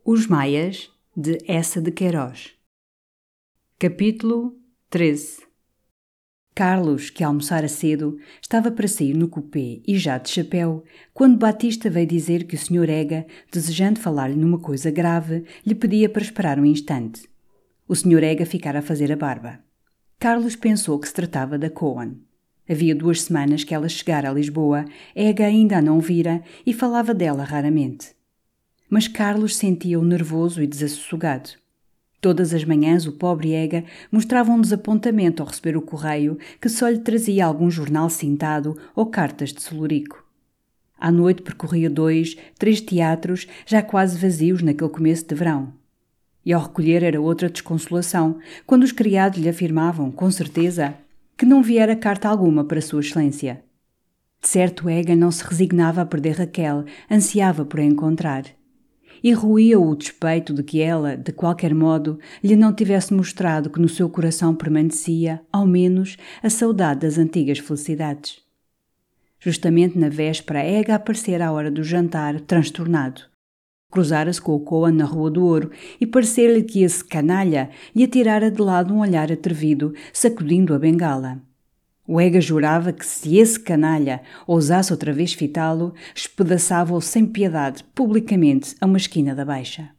Os Maias, de Eça de Queiroz. Capítulo 13. Carlos, que almoçara cedo, estava para sair no cupê e já de chapéu, quando Batista veio dizer que o Sr. Ega, desejando falar-lhe numa coisa grave, lhe pedia para esperar um instante. O Sr. Ega ficara a fazer a barba. Carlos pensou que se tratava da Coan. Havia 2 semanas que ela chegara a Lisboa, Ega ainda a não vira e falava dela raramente. Mas Carlos sentia-o nervoso e desassossegado. Todas as manhãs o pobre Ega mostrava um desapontamento ao receber o correio, que só lhe trazia algum jornal cintado ou cartas de celurico. À noite percorria 2, 3 teatros, já quase vazios naquele começo de verão. E ao recolher era outra desconsolação, quando os criados lhe afirmavam, com certeza, que não viera carta alguma para Sua Excelência. De certo, Ega não se resignava a perder Raquel, ansiava por a encontrar. E roía-o o despeito de que ela, de qualquer modo, lhe não tivesse mostrado que no seu coração permanecia, ao menos, a saudade das antigas felicidades. Justamente na véspera, Ega aparecera à hora do jantar, transtornado. Cruzara-se com o Coan na Rua do Ouro e parecer-lhe que esse canalha lhe atirara de lado um olhar atrevido, sacudindo a bengala. O Ega jurava que se esse canalha ousasse outra vez fitá-lo, espedaçava-o sem piedade, publicamente, a uma esquina da Baixa.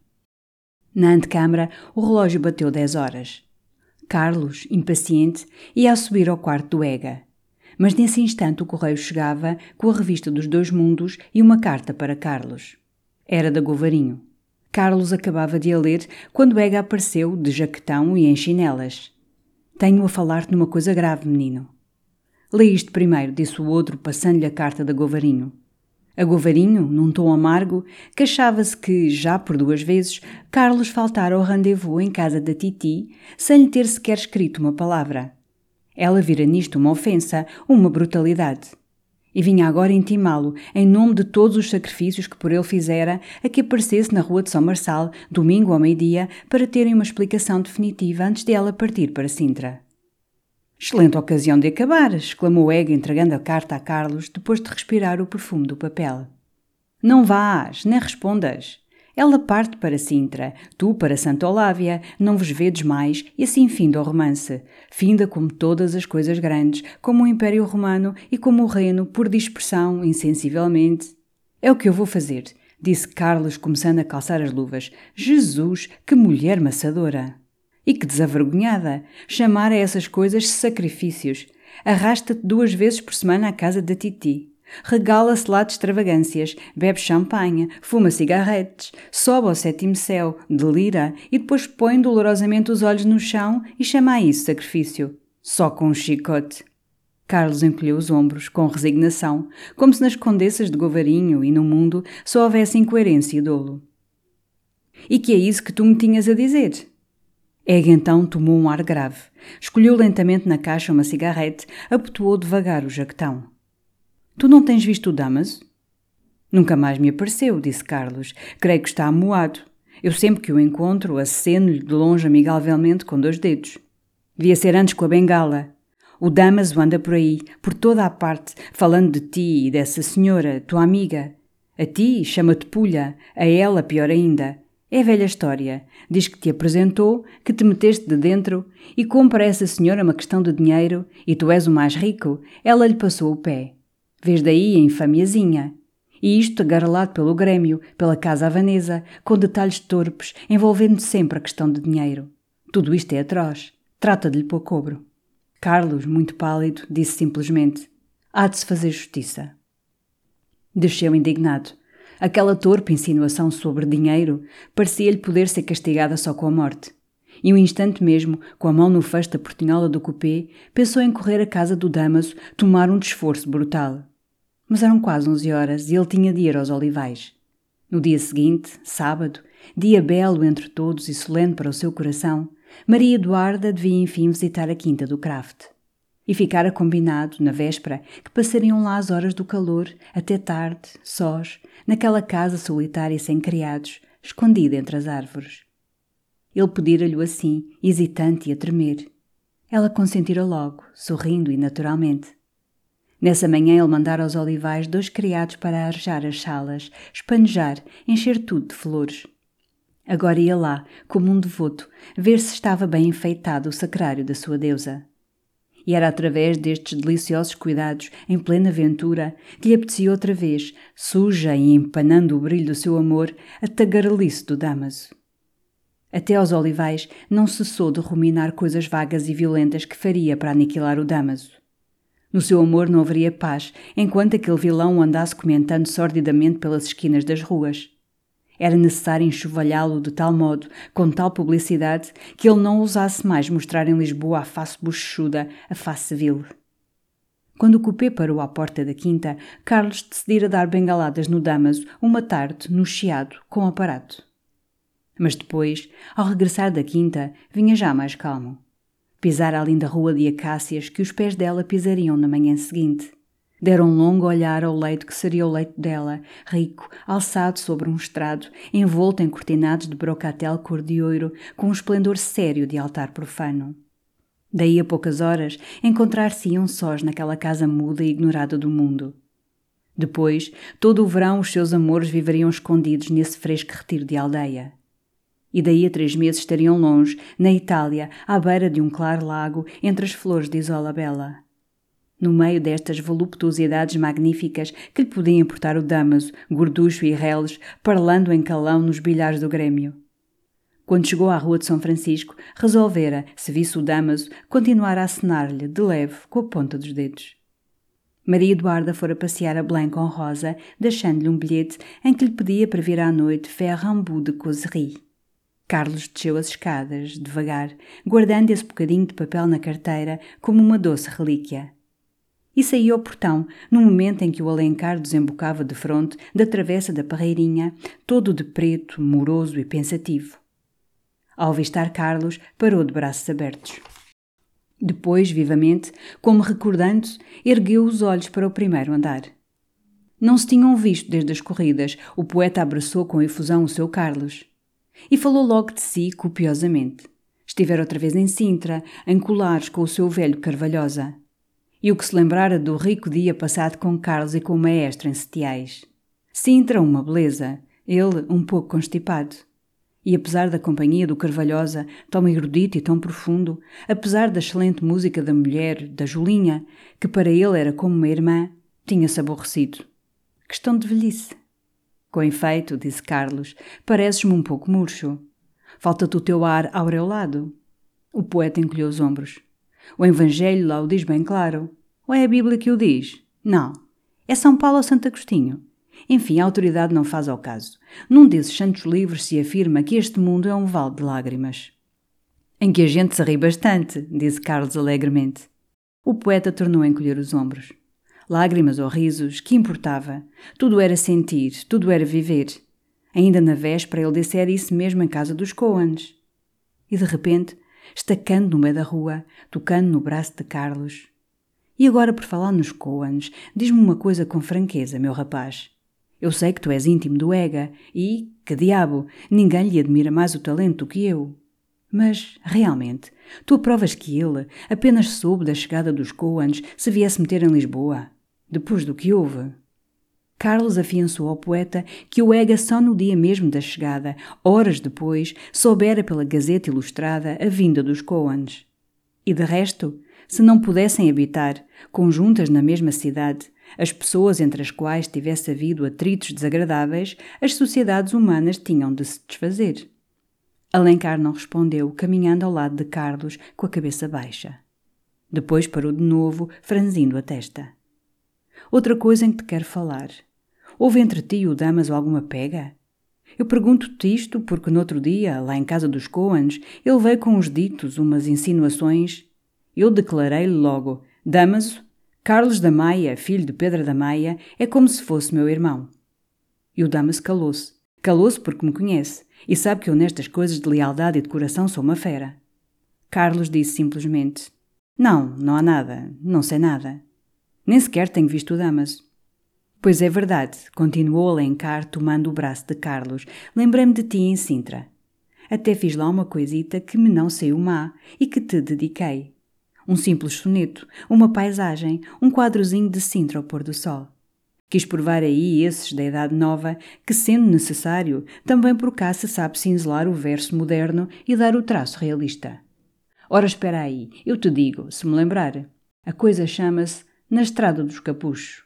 Na antecâmara, o relógio bateu 10 horas. Carlos, impaciente, ia a subir ao quarto do Ega. Mas nesse instante o correio chegava com a revista dos 2 mundos e uma carta para Carlos. Era da Govarinho. Carlos acabava de a ler quando Ega apareceu, de jaquetão e em chinelas. «Tenho a falar-te numa coisa grave, menino». «Lê isto primeiro», disse o outro, passando-lhe a carta da Govarinho. A Govarinho, num tom amargo, queixava-se que, já por 2 vezes, Carlos faltara ao rendezvous em casa da Titi, sem lhe ter sequer escrito uma palavra. Ela vira nisto uma ofensa, uma brutalidade. E vinha agora intimá-lo, em nome de todos os sacrifícios que por ele fizera, a que aparecesse na rua de São Marçal, domingo ao meio-dia, para terem uma explicação definitiva antes de ela partir para Sintra. «Excelente ocasião de acabar», exclamou Ega, entregando a carta a Carlos, depois de respirar o perfume do papel. «Não vás, nem respondas. Ela parte para Sintra, tu para Santa Olávia, não vos vedes mais, e assim finda o romance. Finda como todas as coisas grandes, como o Império Romano e como o Reino, por dispersão, insensivelmente. É o que eu vou fazer», disse Carlos, começando a calçar as luvas. «Jesus, que mulher maçadora!» «E que desavergonhada! Chamar a essas coisas sacrifícios. Arrasta-te 2 vezes por semana à casa da Titi. Regala-se lá de extravagâncias, bebe champanhe, fuma cigarretes, sobe ao 7º céu, delira e depois põe dolorosamente os olhos no chão e chama a isso sacrifício. Só com um chicote». Carlos encolheu os ombros, com resignação, como se nas condessas de Govarinho e no mundo só houvesse incoerência e dolo. «E que é isso que tu me tinhas a dizer?» Ega então tomou um ar grave, escolheu lentamente na caixa uma cigarrete, abotoou devagar o jaquetão. «Tu não tens visto o Damaso?» «Nunca mais me apareceu», disse Carlos. «Creio que está amuado. Eu sempre que o encontro, aceno-lhe de longe amigavelmente com 2 dedos. Devia ser antes com a bengala. O Damaso anda por aí, por toda a parte, falando de ti e dessa senhora, tua amiga. A ti chama-te Pulha, a ela pior ainda. É velha história. Diz que te apresentou, que te meteste de dentro e como para essa senhora uma questão de dinheiro e tu és o mais rico, ela lhe passou o pé. Vês daí a infamiazinha. E isto agarrelado pelo Grêmio, pela Casa Havanesa, com detalhes torpes, envolvendo sempre a questão de dinheiro. Tudo isto é atroz. Trata de lhe pôr cobro». Carlos, muito pálido, disse simplesmente: «Há de se fazer justiça». Desceu indignado. Aquela torpe insinuação sobre dinheiro parecia-lhe poder ser castigada só com a morte. E um instante mesmo, com a mão no fecho da portinhola do cupê, pensou em correr à casa do Damaso, tomar um desforço brutal. Mas eram quase 11 horas e ele tinha de ir aos Olivais. No dia seguinte, sábado, dia belo entre todos e solene para o seu coração, Maria Eduarda devia enfim visitar a quinta do Craft. E ficara combinado, na véspera, que passariam lá as horas do calor, até tarde, sós, naquela casa solitária e sem criados, escondida entre as árvores. Ele pedira-lhe assim, hesitante e a tremer. Ela consentira logo, sorrindo e naturalmente. Nessa manhã ele mandara aos Olivais 2 criados para arejar as salas, espanejar, encher tudo de flores. Agora ia lá, como um devoto, ver se estava bem enfeitado o sacrário da sua deusa. E era através destes deliciosos cuidados, em plena aventura, que lhe apetecia outra vez, suja e empanando o brilho do seu amor, a tagarelice do Dámaso. Até aos olivais não cessou de ruminar coisas vagas e violentas que faria para aniquilar o Dámaso. No seu amor não haveria paz, enquanto aquele vilão andasse comentando sordidamente pelas esquinas das ruas. Era necessário enxovalhá-lo de tal modo, com tal publicidade, que ele não ousasse mais mostrar em Lisboa a face bochechuda, a face vil. Quando o cupê parou à porta da quinta, Carlos decidira dar bengaladas no Dámaso uma tarde, no Chiado, com aparato. Mas depois, ao regressar da quinta, vinha já mais calmo. Pisara a linda rua de acácias que os pés dela pisariam na manhã seguinte. Dera um longo olhar ao leito que seria o leito dela, rico, alçado sobre um estrado, envolto em cortinados de brocatel cor de ouro, com um esplendor sério de altar profano. Daí a poucas horas, encontrar-se-iam sós naquela casa muda e ignorada do mundo. Depois, todo o verão os seus amores viveriam escondidos nesse fresco retiro de aldeia. E daí a 3 meses estariam longe, na Itália, à beira de um claro lago, entre as flores de Isola Bella. No meio destas voluptuosidades magníficas que lhe podia importar o Dámaso, gorducho e reles, parlando em calão nos bilhares do Grêmio. Quando chegou à rua de São Francisco, resolvera, se visse o Dámaso, continuar a acenar-lhe, de leve, com a ponta dos dedos. Maria Eduarda fora passear a Belém com Rosa, deixando-lhe um bilhete em que lhe pedia para vir à noite faire un bout de causerie. Carlos desceu as escadas, devagar, guardando esse bocadinho de papel na carteira como uma doce relíquia. E saiu ao portão, no momento em que o Alencar desembocava de fronte da travessa da Parreirinha, todo de preto, moroso e pensativo. Ao avistar Carlos, parou de braços abertos. Depois, vivamente, como recordando-se, ergueu os olhos para o primeiro andar. Não se tinham visto desde as corridas, o poeta abraçou com efusão o seu Carlos. E falou logo de si copiosamente. Estivera outra vez em Sintra, em Colares com o seu velho Carvalhosa. E o que se lembrara do rico dia passado com Carlos e com o maestro em Setiais. Sintra, uma beleza, ele um pouco constipado. E apesar da companhia do Carvalhosa, tão erudito e tão profundo, apesar da excelente música da mulher, da Julinha, que para ele era como uma irmã, tinha-se aborrecido. Questão de velhice. Com efeito, disse Carlos, pareces-me um pouco murcho. Falta-te o teu ar aureolado. O poeta encolheu os ombros. O Evangelho lá o diz bem claro. Ou é a Bíblia que o diz? Não. É São Paulo ou Santo Agostinho. Enfim, a autoridade não faz ao caso. Num desses santos livros se afirma que este mundo é um vale de lágrimas. Em que a gente se ri bastante, disse Carlos alegremente. O poeta tornou a encolher os ombros. Lágrimas ou risos, que importava? Tudo era sentir, tudo era viver. Ainda na véspera ele dissera isso mesmo em casa dos Coens. E de repente, estacando no meio da rua, tocando no braço de Carlos. E agora, por falar nos Coens, diz-me uma coisa com franqueza, meu rapaz. Eu sei que tu és íntimo do Ega e, que diabo, ninguém lhe admira mais o talento do que eu. Mas, realmente, tu aprovas que ele apenas soube da chegada dos Coens se viesse meter em Lisboa? Depois do que houve? Carlos afiançou ao poeta que o Ega só no dia mesmo da chegada, horas depois, soubera pela Gazeta Ilustrada a vinda dos Coens. E de resto, se não pudessem habitar, conjuntas na mesma cidade, as pessoas entre as quais tivesse havido atritos desagradáveis, as sociedades humanas tinham de se desfazer. Alencar não respondeu, caminhando ao lado de Carlos com a cabeça baixa. Depois parou de novo, franzindo a testa. Outra coisa em que te quero falar. Houve entre ti e o Dámaso alguma pega? Eu pergunto-te isto porque no outro dia, lá em casa dos Coens, ele veio com uns ditos, umas insinuações. Eu declarei-lhe logo, Dámaso, Carlos da Maia, filho de Pedro da Maia, é como se fosse meu irmão. E o Dámaso calou-se. Calou-se porque me conhece e sabe que eu nestas coisas de lealdade e de coração sou uma fera. Carlos disse simplesmente, não há nada, não sei nada. Nem sequer tenho visto o Dámaso. Pois é verdade, continuou Alencar tomando o braço de Carlos. Lembrei-me de ti em Sintra. Até fiz lá uma coisita que me não saiu má e que te dediquei. Um simples soneto, uma paisagem, um quadrozinho de Sintra ao pôr do sol. Quis provar aí esses da Idade Nova que, sendo necessário, também por cá se sabe cinzelar o verso moderno e dar o traço realista. Ora, espera aí, eu te digo, se me lembrar. A coisa chama-se Na Estrada dos Capuchos.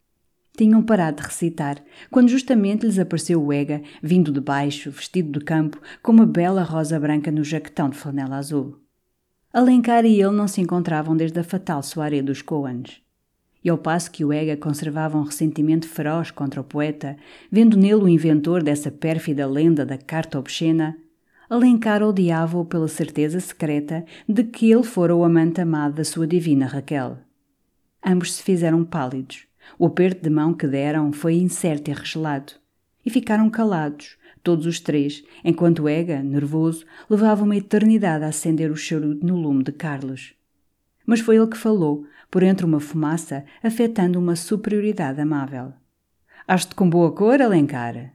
Tinham parado de recitar, quando justamente lhes apareceu o Ega, vindo de baixo, vestido de campo, com uma bela rosa branca no jaquetão de flanela azul. Alencar e ele não se encontravam desde a fatal soirée dos Coans. E ao passo que o Ega conservava um ressentimento feroz contra o poeta, vendo nele o inventor dessa pérfida lenda da carta obscena, Alencar odiava-o pela certeza secreta de que ele fora o amante amado da sua divina Raquel. Ambos se fizeram pálidos. O aperto de mão que deram foi incerto e regelado. E ficaram calados, todos os três, enquanto Ega, nervoso, levava uma eternidade a acender o charuto no lume de Carlos. Mas foi ele que falou, por entre uma fumaça, afetando uma superioridade amável. Acho-te com boa cor, Alencar.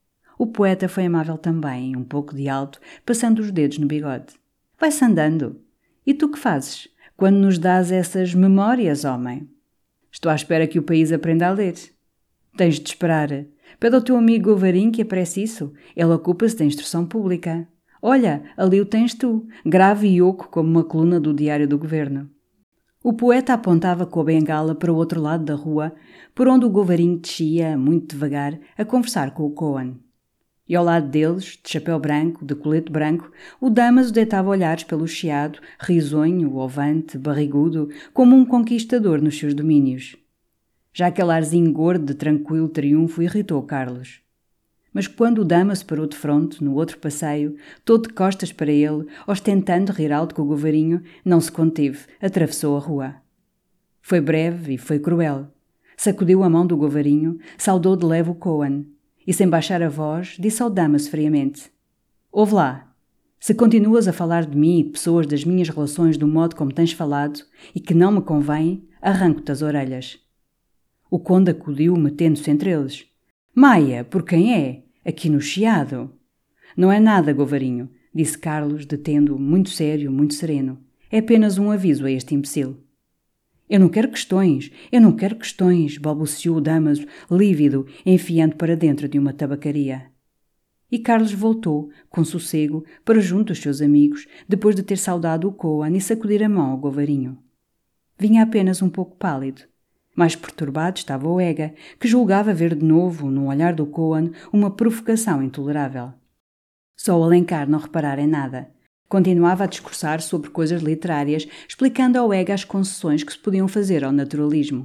O poeta foi amável também, um pouco de alto, passando os dedos no bigode. Vai-se andando. E tu que fazes, quando nos dás essas memórias, homem? Estou à espera que o país aprenda a ler. Tens de esperar. Pede ao teu amigo Govarim que apresse isso. Ele ocupa-se da instrução pública. Olha, ali o tens tu, grave e oco como uma coluna do Diário do Governo. O poeta apontava com a bengala para o outro lado da rua, por onde o Govarim descia, muito devagar, a conversar com o Coan. E ao lado deles, de chapéu branco, de colete branco, o Damaso deitava olhares pelo chiado, risonho, ovante, barrigudo, como um conquistador nos seus domínios. Já aquele arzinho gordo de tranquilo triunfo irritou Carlos. Mas quando o Damaso parou de fronte, no outro passeio, todo de costas para ele, ostentando rir alto com o Govarinho, não se conteve, atravessou a rua. Foi breve e foi cruel. Sacudiu a mão do Govarinho, saudou de leve o Coan, e sem baixar a voz, disse ao Damaso friamente: Ouve lá, se continuas a falar de mim e de pessoas das minhas relações do modo como tens falado, e que não me convém, arranco-te as orelhas. O conde acudiu, metendo-se entre eles. Maia, por quem é? Aqui no chiado. Não é nada, Govarinho, disse Carlos, detendo-o, muito sério, muito sereno. É apenas um aviso a este imbecil. Eu não quero questões, balbuciou o Damaso, lívido, enfiando para dentro de uma tabacaria. E Carlos voltou, com sossego, para junto dos seus amigos, depois de ter saudado o Coan e sacudir a mão ao Govarinho. Vinha apenas um pouco pálido. Mais perturbado estava o Ega, que julgava ver de novo, no olhar do Coan, uma provocação intolerável. Só o Alencar não reparara em nada. Continuava a discursar sobre coisas literárias, explicando ao Ega as concessões que se podiam fazer ao naturalismo.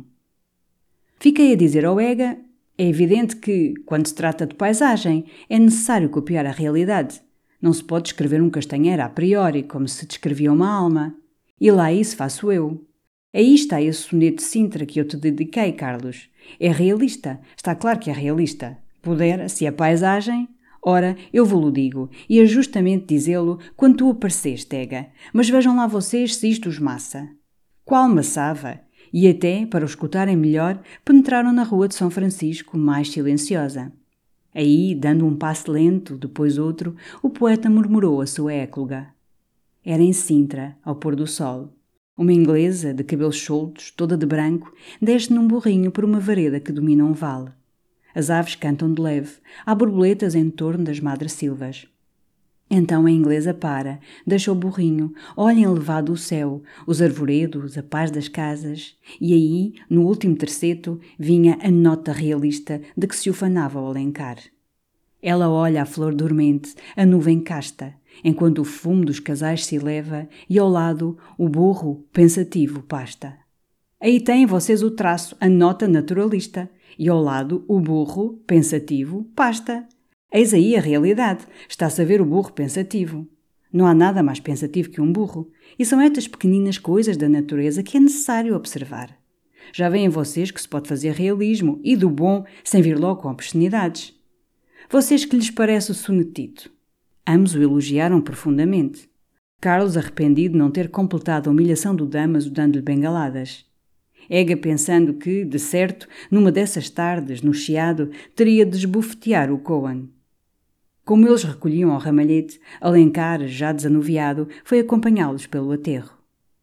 Fiquei a dizer ao Ega, é evidente que, quando se trata de paisagem, é necessário copiar a realidade. Não se pode descrever um castanheiro a priori, como se descrevia uma alma. E lá isso faço eu. Aí está esse soneto de Sintra que eu te dediquei, Carlos. É realista, está claro que é realista. Pudera, se é paisagem... Ora, eu vou-lo digo, e é justamente dizê-lo quando tu apareceste, Ega. Mas vejam lá vocês se isto os maça. Qual maçava? E até, para o escutarem melhor, penetraram na rua de São Francisco, mais silenciosa. Aí, dando um passo lento, depois outro, o poeta murmurou a sua écloga. Era em Sintra, ao pôr do sol. Uma inglesa, de cabelos soltos, toda de branco, desce num burrinho por uma vareda que domina um vale. As aves cantam de leve, há borboletas em torno das madressilvas. Então a inglesa para, deixa o burrinho, olha elevado o céu, os arvoredos, a paz das casas, e aí, no último terceto, vinha a nota realista de que se ufanava o Alencar. Ela olha a flor dormente, a nuvem casta, enquanto o fumo dos casais se eleva e ao lado o burro, pensativo, pasta. Aí têm vocês o traço, a nota naturalista, e ao lado o burro, pensativo, pasta. Eis aí a realidade, está-se a ver o burro pensativo. Não há nada mais pensativo que um burro, e são estas pequeninas coisas da natureza que é necessário observar. Já veem vocês que se pode fazer realismo, e do bom, sem vir logo com obscenidades. Vocês que lhes parece o sonetito? Ambos o elogiaram profundamente. Carlos arrependido de não ter completado a humilhação do Damaso dando-lhe bengaladas. Ega pensando que, de certo, numa dessas tardes, no chiado, teria de esbofetear o Coan. Como eles recolhiam ao ramalhete, Alencar, já desanuviado, foi acompanhá-los pelo aterro.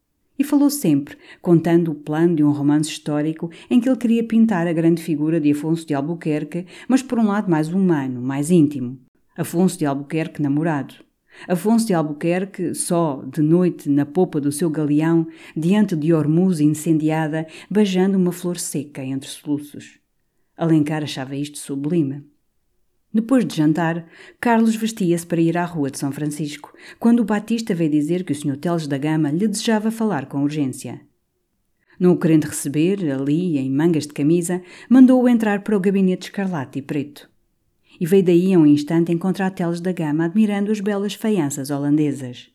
E falou sempre, contando o plano de um romance histórico em que ele queria pintar a grande figura de Afonso de Albuquerque, mas por um lado mais humano, mais íntimo. Afonso de Albuquerque namorado. Afonso de Albuquerque, só, de noite, na popa do seu galeão, diante de Ormuz incendiada, beijando uma flor seca entre soluços. Alencar achava isto sublime. Depois de jantar, Carlos vestia-se para ir à rua de São Francisco, quando o Batista veio dizer que o Sr. Teles da Gama lhe desejava falar com urgência. Não o querendo receber, ali, em mangas de camisa, mandou-o entrar para o gabinete escarlate e preto. E veio daí a um instante encontrar Teles da Gama admirando as belas faianças holandesas.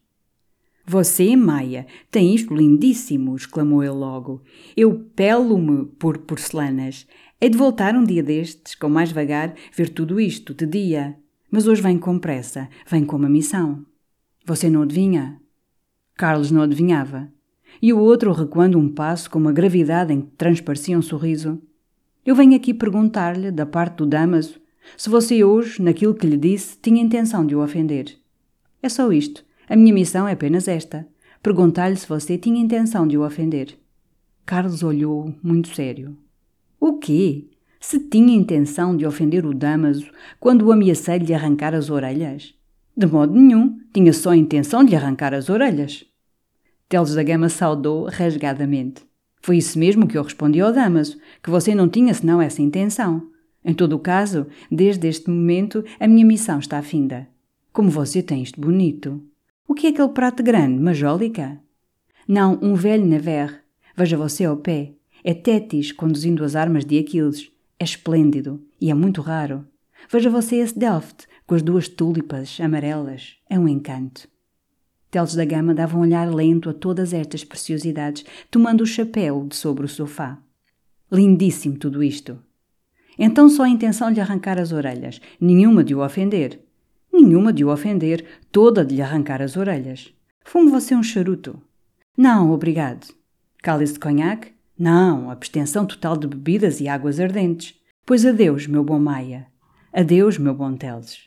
«Você, Maia, tem isto lindíssimo!» exclamou ele logo. «Eu pelo-me por porcelanas. Hei de voltar um dia destes, com mais vagar, ver tudo isto, de dia. Mas hoje venho com pressa, venho com uma missão.» «Você não adivinha?» Carlos não adivinhava. E o outro, recuando um passo, com uma gravidade em que transparecia um sorriso. «Eu venho aqui perguntar-lhe, da parte do Damaso, se você hoje, naquilo que lhe disse, tinha intenção de o ofender. É só isto. A minha missão é apenas esta. Perguntar-lhe se você tinha intenção de o ofender.» Carlos olhou muito sério. «O quê? Se tinha intenção de ofender o Damaso quando o ameacei de lhe arrancar as orelhas? De modo nenhum. Tinha só a intenção de lhe arrancar as orelhas.» Teles da Gama saudou rasgadamente. «Foi isso mesmo que eu respondi ao Damaso, que você não tinha senão essa intenção. Em todo o caso, desde este momento, a minha missão está finda. Como você tem isto bonito! O que é aquele prato grande, majólica?» «Não, um velho naver. Veja você ao pé. É Tétis conduzindo as armas de Aquiles. É esplêndido e é muito raro. Veja você esse Delft, com as duas tulipas amarelas. É um encanto.» Teles da Gama dava um olhar lento a todas estas preciosidades, tomando o chapéu de sobre o sofá. «Lindíssimo tudo isto!» «Então só a intenção de lhe arrancar as orelhas, nenhuma de o ofender.» «Nenhuma de o ofender, toda de lhe arrancar as orelhas. Fume você um charuto.» «Não, obrigado.» «Cálice de conhaque?» «Não, abstenção total de bebidas e águas ardentes. Pois adeus, meu bom Maia. Adeus, meu bom Teles.»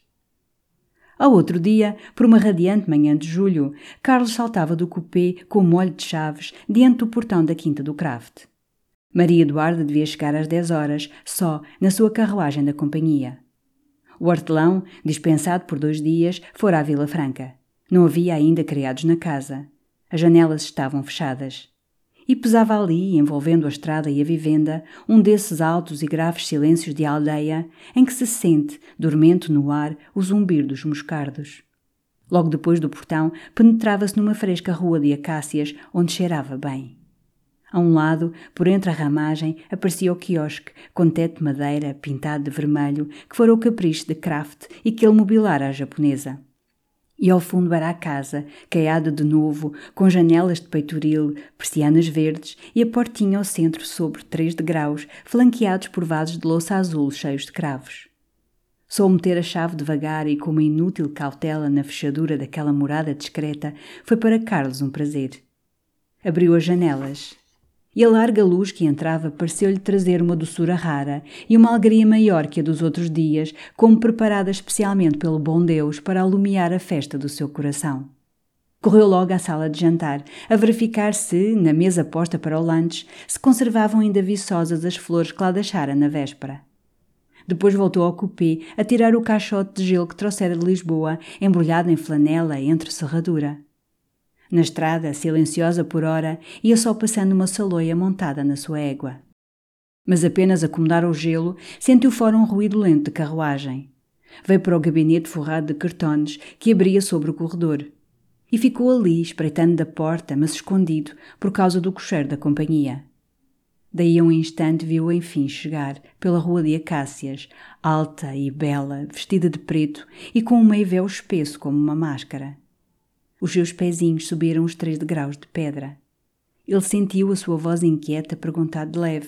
Ao outro dia, por uma radiante manhã de julho, Carlos saltava do cupê com o molho de chaves diante do portão da quinta do Kraft. Maria Eduarda devia chegar às 10 horas, só, na sua carruagem da companhia. O hortelão, dispensado por 2 dias, fora à Vila Franca. Não havia ainda criados na casa. As janelas estavam fechadas. E pesava ali, envolvendo a estrada e a vivenda, um desses altos e graves silêncios de aldeia em que se sente, dormente no ar, o zumbir dos moscardos. Logo depois do portão, penetrava-se numa fresca rua de acácias, onde cheirava bem. A um lado, por entre a ramagem, aparecia o quiosque, com teto de madeira pintado de vermelho, que fora o capricho de Kraft e que ele mobilara à japonesa. E ao fundo era a casa, caiada de novo, com janelas de peitoril, persianas verdes e a portinha ao centro sobre 3 degraus, flanqueados por vasos de louça azul cheios de cravos. Só meter a chave devagar e com uma inútil cautela na fechadura daquela morada discreta foi para Carlos um prazer. Abriu as janelas. E a larga luz que entrava pareceu-lhe trazer uma doçura rara e uma alegria maior que a dos outros dias, como preparada especialmente pelo bom Deus para alumiar a festa do seu coração. Correu logo à sala de jantar, a verificar se, na mesa posta para o lanche, se conservavam ainda viçosas as flores que lá deixara na véspera. Depois voltou ao cupê a tirar o caixote de gelo que trouxera de Lisboa, embrulhado em flanela entre serradura. Na estrada, silenciosa por ora, ia só passando uma saloia montada na sua égua. Mas apenas acomodara o gelo, sentiu fora um ruído lento de carruagem. Veio para o gabinete forrado de cartones que abria sobre o corredor. E ficou ali, espreitando da porta, mas escondido, por causa do cocheiro da companhia. Daí a um instante viu enfim chegar, pela rua de acácias, alta e bela, vestida de preto e com um meio véu espesso como uma máscara. Os seus pezinhos subiram os 3 degraus de pedra. Ele sentiu a sua voz inquieta perguntar de leve.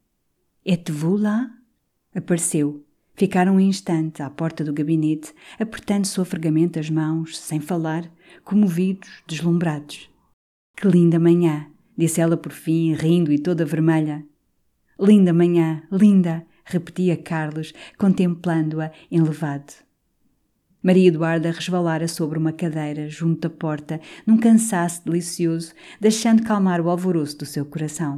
«Êtes-vous lá?» Apareceu. Ficaram um instante à porta do gabinete, apertando sofregamente as mãos, sem falar, comovidos, deslumbrados. «Que linda manhã!» disse ela por fim, rindo e toda vermelha. «Linda manhã, linda!» repetia Carlos, contemplando-a enlevado. Maria Eduarda resvalara sobre uma cadeira junto da porta, num cansaço delicioso, deixando calmar o alvoroço do seu coração.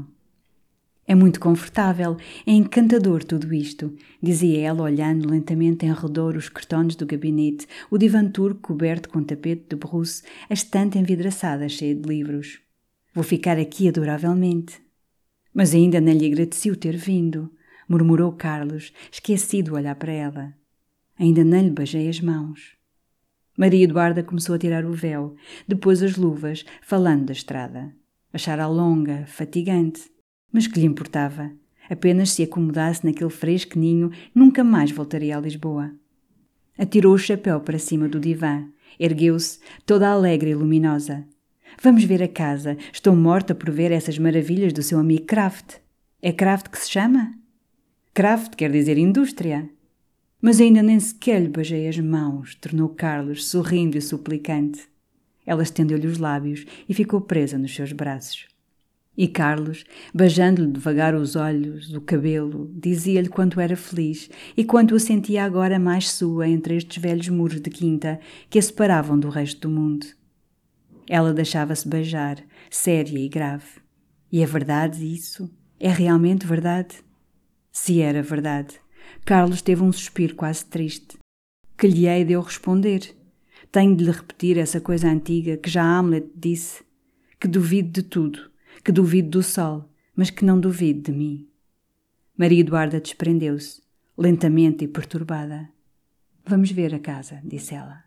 É muito confortável, é encantador tudo isto, dizia ela olhando lentamente em redor os cartões do gabinete, o divã turco coberto com tapete de brousse, a estante envidraçada cheia de livros. Vou ficar aqui adoravelmente. Mas ainda não lhe agradeci o ter vindo, murmurou Carlos, esquecido de olhar para ela. Ainda não lhe beijei as mãos. Maria Eduarda começou a tirar o véu, depois as luvas, falando da estrada. Achara longa, fatigante, mas que lhe importava? Apenas se acomodasse naquele fresco ninho, nunca mais voltaria a Lisboa. Atirou o chapéu para cima do divã, ergueu-se, toda alegre e luminosa. Vamos ver a casa, estou morta por ver essas maravilhas do seu amigo Kraft. É Kraft que se chama? Kraft quer dizer indústria. Mas ainda nem sequer lhe beijei as mãos, tornou Carlos, sorrindo e suplicante. Ela estendeu-lhe os lábios e ficou presa nos seus braços. E Carlos, beijando-lhe devagar os olhos, o cabelo, dizia-lhe quanto era feliz e quanto a sentia agora mais sua entre estes velhos muros de quinta que a separavam do resto do mundo. Ela deixava-se beijar, séria e grave. E é verdade isso? É realmente verdade? Se era verdade, Carlos teve um suspiro quase triste. Que lhe hei de eu responder? Tenho de lhe repetir essa coisa antiga que já Hamlet disse, que duvido de tudo, que duvido do sol, mas que não duvido de mim. Maria Eduarda desprendeu-se, lentamente e perturbada. Vamos ver a casa, disse ela.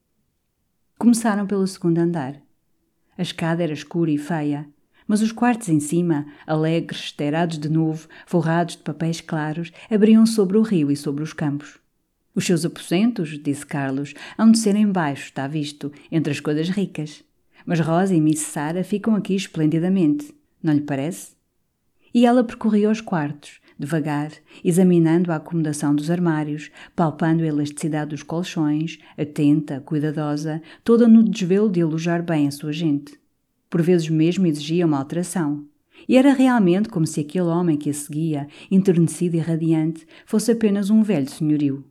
Começaram pelo segundo andar. A escada era escura e feia, mas os quartos em cima, alegres, esteirados de novo, forrados de papéis claros, abriam sobre o rio e sobre os campos. Os seus aposentos, disse Carlos, hão de ser embaixo, está visto, entre as coisas ricas. Mas Rosa e Miss Sara ficam aqui esplendidamente, não lhe parece? E ela percorria os quartos, devagar, examinando a acomodação dos armários, palpando a elasticidade dos colchões, atenta, cuidadosa, toda no desvelo de alojar bem a sua gente. Por vezes mesmo exigia uma alteração. E era realmente como se aquele homem que a seguia, enternecido e radiante, fosse apenas um velho senhorio.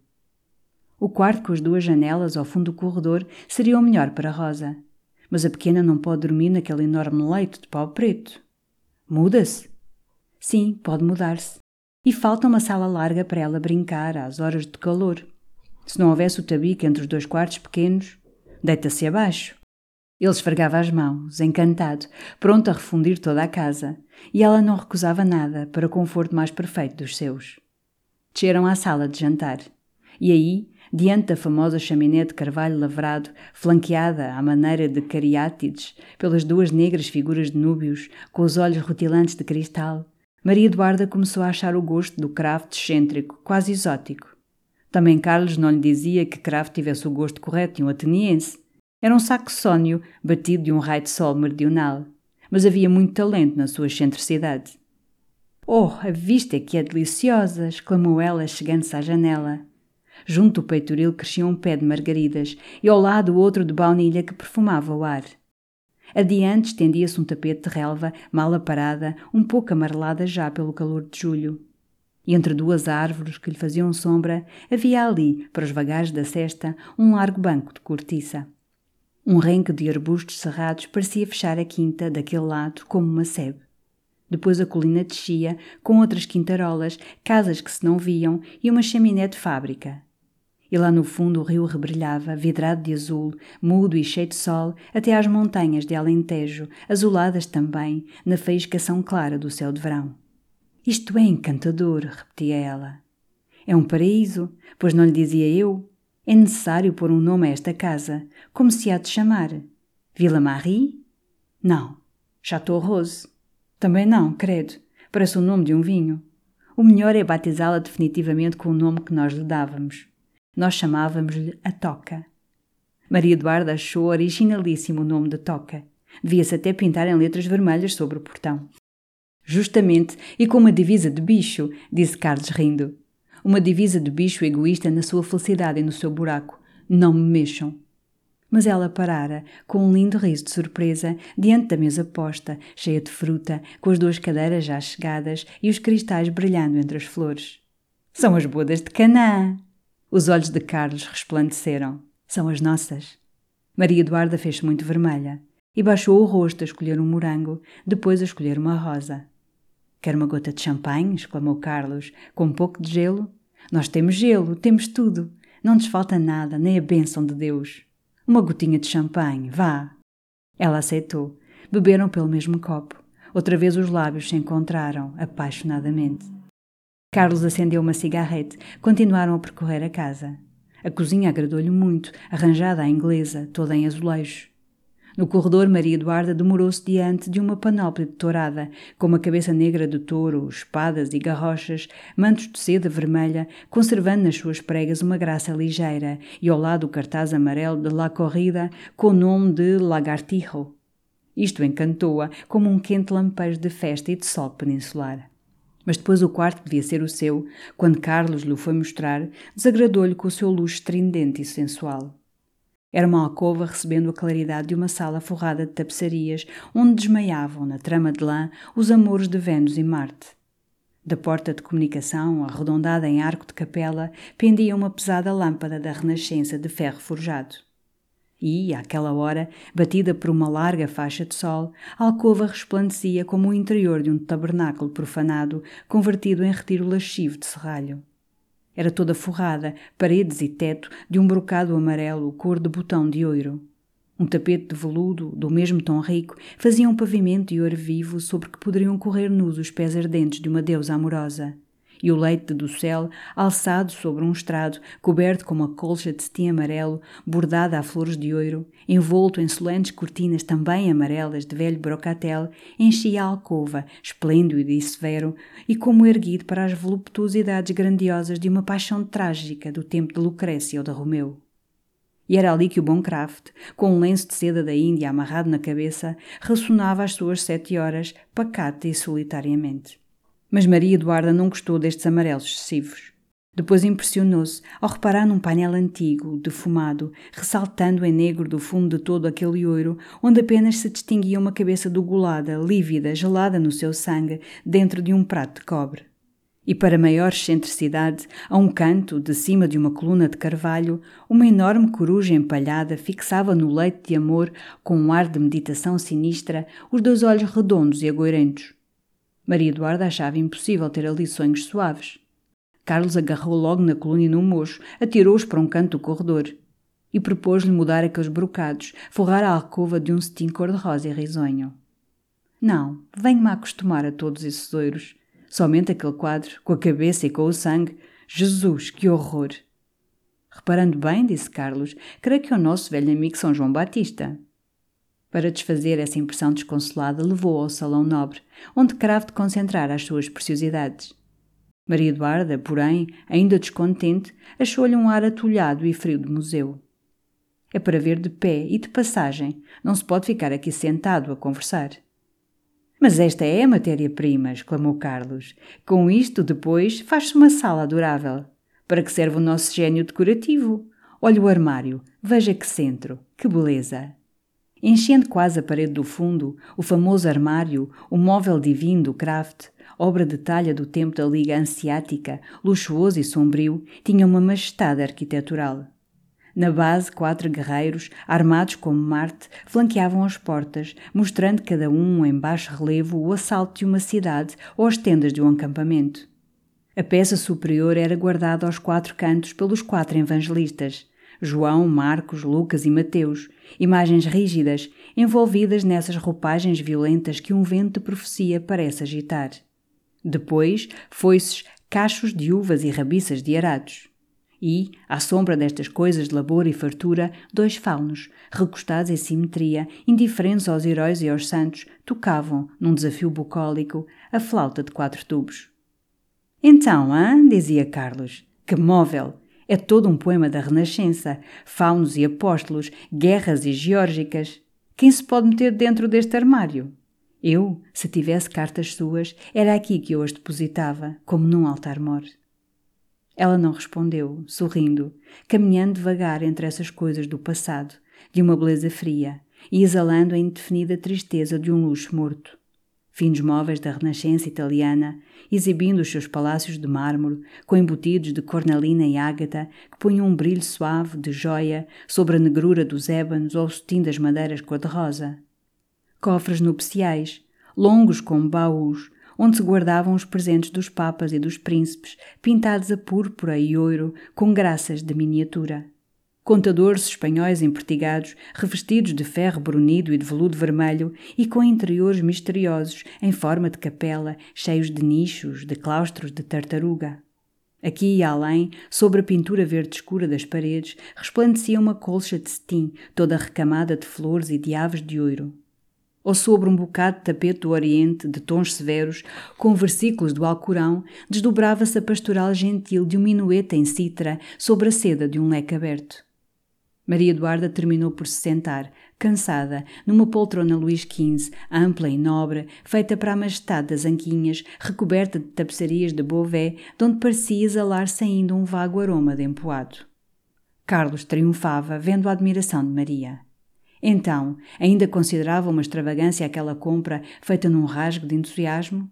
O quarto com as duas janelas ao fundo do corredor seria o melhor para Rosa. Mas a pequena não pode dormir naquele enorme leito de pau preto. Muda-se? Sim, pode mudar-se. E falta uma sala larga para ela brincar às horas de calor. Se não houvesse o tabique entre os dois quartos pequenos, deita-se abaixo. Ele esfregava as mãos, encantado, pronto a refundir toda a casa, e ela não recusava nada para o conforto mais perfeito dos seus. Desceram à sala de jantar. E aí, diante da famosa chaminé de carvalho lavrado, flanqueada à maneira de cariátides pelas duas negras figuras de núbios, com os olhos rutilantes de cristal, Maria Eduarda começou a achar o gosto do Kraft excêntrico, quase exótico. Também Carlos não lhe dizia que Kraft tivesse o gosto correto de um ateniense. Era um saxónio batido de um raio de sol meridional, mas havia muito talento na sua excentricidade. Oh, a vista é que é deliciosa! Exclamou ela, chegando-se à janela. Junto do peitoril crescia um pé de margaridas e ao lado outro de baunilha que perfumava o ar. Adiante estendia-se um tapete de relva, mal aparada, um pouco amarelada já pelo calor de julho. E entre duas árvores que lhe faziam sombra, havia ali, para os vagares da sesta, um largo banco de cortiça. Um renque de arbustos cerrados parecia fechar a quinta daquele lado como uma sebe. Depois a colina descia, com outras quintarolas, casas que se não viam e uma chaminé de fábrica. E lá no fundo o rio rebrilhava, vidrado de azul, mudo e cheio de sol, até às montanhas de Alentejo, azuladas também, na faiscação clara do céu de verão. Isto é encantador, repetia ela. É um paraíso, pois não lhe dizia eu? É necessário pôr um nome a esta casa. Como se há de chamar? Vila Marie? Não. Chateau Rose? Também não, credo. Parece o nome de um vinho. O melhor é batizá-la definitivamente com o nome que nós lhe dávamos. Nós chamávamos-lhe a Toca. Maria Eduarda achou originalíssimo o nome de Toca. Devia-se até pintar em letras vermelhas sobre o portão. Justamente, e com uma divisa de bicho, disse Carlos rindo. Uma divisa de bicho egoísta na sua felicidade e no seu buraco. Não me mexam. Mas ela parara, com um lindo riso de surpresa, diante da mesa posta, cheia de fruta, com as duas cadeiras já chegadas e os cristais brilhando entre as flores. São as bodas de Canaã! Os olhos de Carlos resplandeceram. São as nossas. Maria Eduarda fez-se muito vermelha e baixou o rosto a escolher um morango, depois a escolher uma rosa. Quer uma gota de champanhe? Exclamou Carlos, com um pouco de gelo. Nós temos gelo, temos tudo. Não nos falta nada, nem a bênção de Deus. Uma gotinha de champanhe, vá. Ela aceitou. Beberam pelo mesmo copo. Outra vez os lábios se encontraram, apaixonadamente. Carlos acendeu uma cigarrete. Continuaram a percorrer a casa. A cozinha agradou-lhe muito, arranjada à inglesa, toda em azulejos. No corredor, Maria Eduarda demorou-se diante de uma panóplia de tourada, com uma cabeça negra de touro, espadas e garrochas, mantos de seda vermelha, conservando nas suas pregas uma graça ligeira, e ao lado o cartaz amarelo de La Corrida, com o nome de Lagartijo. Isto encantou-a como um quente lampejo de festa e de sol peninsular. Mas depois o quarto podia ser o seu, quando Carlos lhe o foi mostrar, desagradou-lhe com o seu luxo estridente e sensual. Era uma alcova recebendo a claridade de uma sala forrada de tapeçarias, onde desmaiavam, na trama de lã, os amores de Vênus e Marte. Da porta de comunicação, arredondada em arco de capela, pendia uma pesada lâmpada da Renascença de ferro forjado. E, àquela hora, batida por uma larga faixa de sol, a alcova resplandecia como o interior de um tabernáculo profanado, convertido em retiro lascivo de serralho. Era toda forrada, paredes e teto, de um brocado amarelo cor de botão de ouro. Um tapete de veludo, do mesmo tom rico, fazia um pavimento de ouro vivo sobre que poderiam correr nus os pés ardentes de uma deusa amorosa. E o leite de dossel, alçado sobre um estrado, coberto com uma colcha de cetim amarelo, bordada a flores de ouro, envolto em solenes cortinas também amarelas de velho brocatel, enchia a alcova, esplêndido e severo, e como erguido para as voluptuosidades grandiosas de uma paixão trágica do tempo de Lucrécia ou de Romeu. E era ali que o bom Kraft, com um lenço de seda da Índia amarrado na cabeça, ressonava às suas 7 horas, pacata e solitariamente. Mas Maria Eduarda não gostou destes amarelos excessivos. Depois impressionou-se ao reparar num painel antigo, defumado, ressaltando em negro do fundo de todo aquele ouro, onde apenas se distinguia uma cabeça degolada, lívida, gelada no seu sangue, dentro de um prato de cobre. E para maior excentricidade, a um canto, de cima de uma coluna de carvalho, uma enorme coruja empalhada fixava no leito de amor, com um ar de meditação sinistra, os 2 olhos redondos e agoirentos. Maria Eduarda achava impossível ter ali sonhos suaves. Carlos agarrou logo na coluna e no mocho, atirou-os para um canto do corredor e propôs-lhe mudar aqueles brocados, forrar a alcova de um cetim cor-de-rosa e risonho. Não, venho-me a acostumar a todos esses ouros. Somente aquele quadro, com a cabeça e com o sangue. Jesus, que horror! Reparando bem, disse Carlos, creio que é o nosso velho amigo São João Batista. Para desfazer essa impressão desconsolada, levou-o ao salão nobre, onde Kraft concentrara as suas preciosidades. Maria Eduarda, porém, ainda descontente, achou-lhe um ar atulhado e frio de museu. É para ver de pé e de passagem, não se pode ficar aqui sentado a conversar. Mas esta é a matéria-prima, exclamou Carlos. Com isto, depois, faz-se uma sala adorável. Para que serve o nosso gênio decorativo? Olhe o armário, veja que centro, que beleza! Enchendo quase a parede do fundo, o famoso armário, o móvel divino do Kraft, obra de talha do tempo da Liga Hanseática, luxuoso e sombrio, tinha uma majestade arquitetural. Na base, 4 guerreiros, armados como Marte, flanqueavam as portas, mostrando cada um em baixo relevo o assalto de uma cidade ou as tendas de um acampamento. A peça superior era guardada aos 4 cantos pelos 4 evangelistas, João, Marcos, Lucas e Mateus, imagens rígidas, envolvidas nessas roupagens violentas que um vento de profecia parece agitar. Depois, foices, cachos de uvas e rabiças de arados. E, à sombra destas coisas de labor e fartura, 2 faunos, recostados em simetria, indiferentes aos heróis e aos santos, tocavam, num desafio bucólico, a flauta de 4 tubos. Então, dizia Carlos, que móvel! É todo um poema da Renascença, faunos e apóstolos, guerras e geórgicas. Quem se pode meter dentro deste armário? Eu, se tivesse cartas suas, era aqui que eu as depositava, como num altar-mor. Ela não respondeu, sorrindo, caminhando devagar entre essas coisas do passado, de uma beleza fria, e exalando a indefinida tristeza de um luxo morto. finos móveis da Renascença italiana, exibindo os seus palácios de mármore, com embutidos de cornalina e ágata que punham um brilho suave de joia sobre a negrura dos ébanos ou o cetim das madeiras cor-de-rosa. Cofres nupciais, longos como baús, onde se guardavam os presentes dos papas e dos príncipes, pintados a púrpura e ouro com graças de miniatura. Contadores espanhóis empertigados, revestidos de ferro brunido e de veludo vermelho e com interiores misteriosos em forma de capela, cheios de nichos, de claustros de tartaruga. Aqui e além, sobre a pintura verde escura das paredes, resplandecia uma colcha de cetim, toda recamada de flores e de aves de ouro. Ou sobre um bocado de tapete do Oriente, de tons severos, com versículos do Alcorão, desdobrava-se a pastoral gentil de um minuete em cítara sobre a seda de um leque aberto. Maria Eduarda terminou por se sentar, cansada, numa poltrona Luís XV, ampla e nobre, feita para a majestade das anquinhas, recoberta de tapeçarias de Beauvais, de onde parecia exalar-se ainda um vago aroma de empoado. Carlos triunfava, vendo a admiração de Maria. Então, ainda considerava uma extravagância aquela compra feita num rasgo de entusiasmo?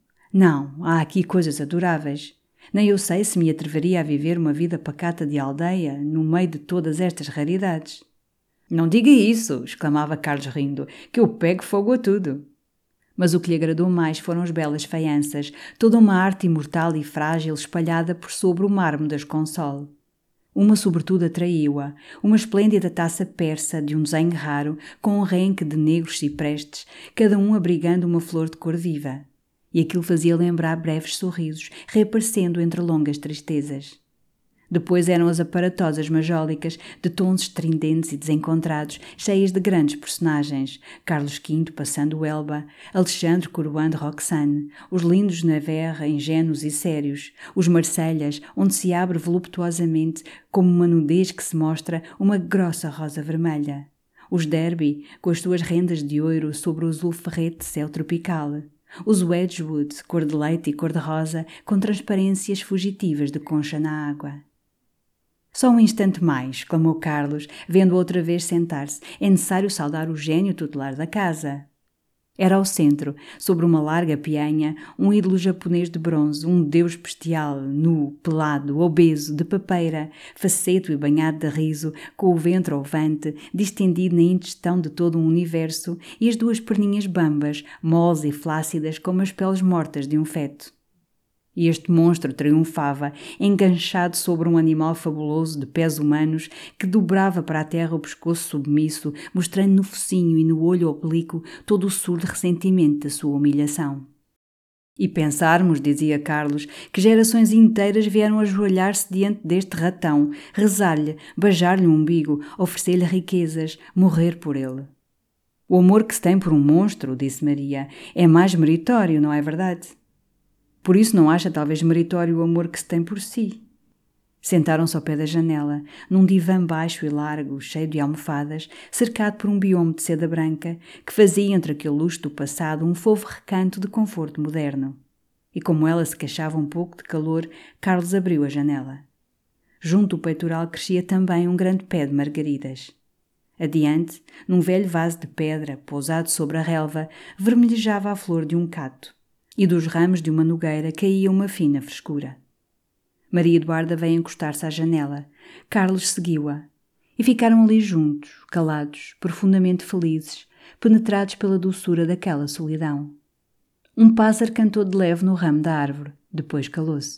Não, há aqui coisas adoráveis. Nem eu sei se me atreveria a viver uma vida pacata de aldeia, no meio de todas estas raridades. Não diga isso, exclamava Carlos rindo, que eu pego fogo a tudo. Mas o que lhe agradou mais foram as belas faianças, toda uma arte imortal e frágil espalhada por sobre o mármore das Console. Uma sobretudo atraiu-a, uma esplêndida taça persa de um desenho raro, com um renque de negros ciprestes, cada um abrigando uma flor de cor viva. E aquilo fazia lembrar breves sorrisos, reaparecendo entre longas tristezas. Depois eram as aparatosas majólicas, de tons estridentes e desencontrados, cheias de grandes personagens, Carlos V passando o Elba, Alexandre coroando Roxane, os lindos Navarre ingênuos e sérios, os Marselhas, onde se abre voluptuosamente, como uma nudez que se mostra, uma grossa rosa vermelha, os Derby, com as suas rendas de ouro sobre o azul ferrete céu tropical, os Wedgwood, cor de leite e cor de rosa, com transparências fugitivas de concha na água. Só um instante mais, exclamou Carlos, vendo outra vez sentar-se. É necessário saudar o gênio tutelar da casa. Era ao centro, sobre uma larga pianha, um ídolo japonês de bronze, um deus bestial, nu, pelado, obeso, de papeira, faceto e banhado de riso, com o ventre ovante, distendido na ingestão de todo um universo, e as duas perninhas bambas, moles e flácidas como as peles mortas de um feto. E este monstro triunfava, enganchado sobre um animal fabuloso de pés humanos que dobrava para a terra o pescoço submisso, mostrando no focinho e no olho oblíquo todo o surdo ressentimento da sua humilhação. E pensarmos, dizia Carlos, que gerações inteiras vieram ajoelhar-se diante deste ratão, rezar-lhe, beijar-lhe o umbigo, oferecer-lhe riquezas, morrer por ele. O amor que se tem por um monstro, disse Maria, é mais meritório, não é verdade? Por isso não acha talvez meritório o amor que se tem por si. Sentaram-se ao pé da janela, num divã baixo e largo, cheio de almofadas, cercado por um biome de seda branca, que fazia entre aquele luxo do passado um fofo recanto de conforto moderno. E como ela se queixava um pouco de calor, Carlos abriu a janela. Junto ao peitoral crescia também um grande pé de margaridas. Adiante, num velho vaso de pedra, pousado sobre a relva, vermelhejava a flor de um cato. E dos ramos de uma nogueira caía uma fina frescura. Maria Eduarda veio encostar-se à janela. Carlos seguiu-a. E ficaram ali juntos, calados, profundamente felizes, penetrados pela doçura daquela solidão. Um pássaro cantou de leve no ramo da árvore, depois calou-se.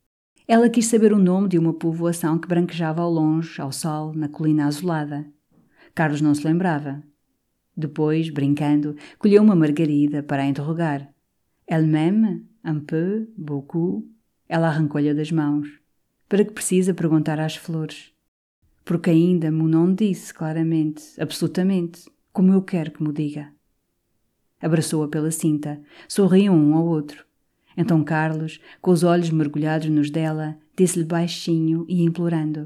Ela quis saber o nome de uma povoação que branquejava ao longe, ao sol, na colina azulada. Carlos não se lembrava. Depois, brincando, colheu uma margarida para a interrogar. Elle-même, un peu, beaucoup. Ela arrancou-lhe das mãos. Para que precisa perguntar às flores? Porque ainda me não disse claramente, absolutamente, como eu quero que me diga. Abraçou-a pela cinta, sorriam um ao outro. Então Carlos, com os olhos mergulhados nos dela, disse-lhe baixinho e implorando.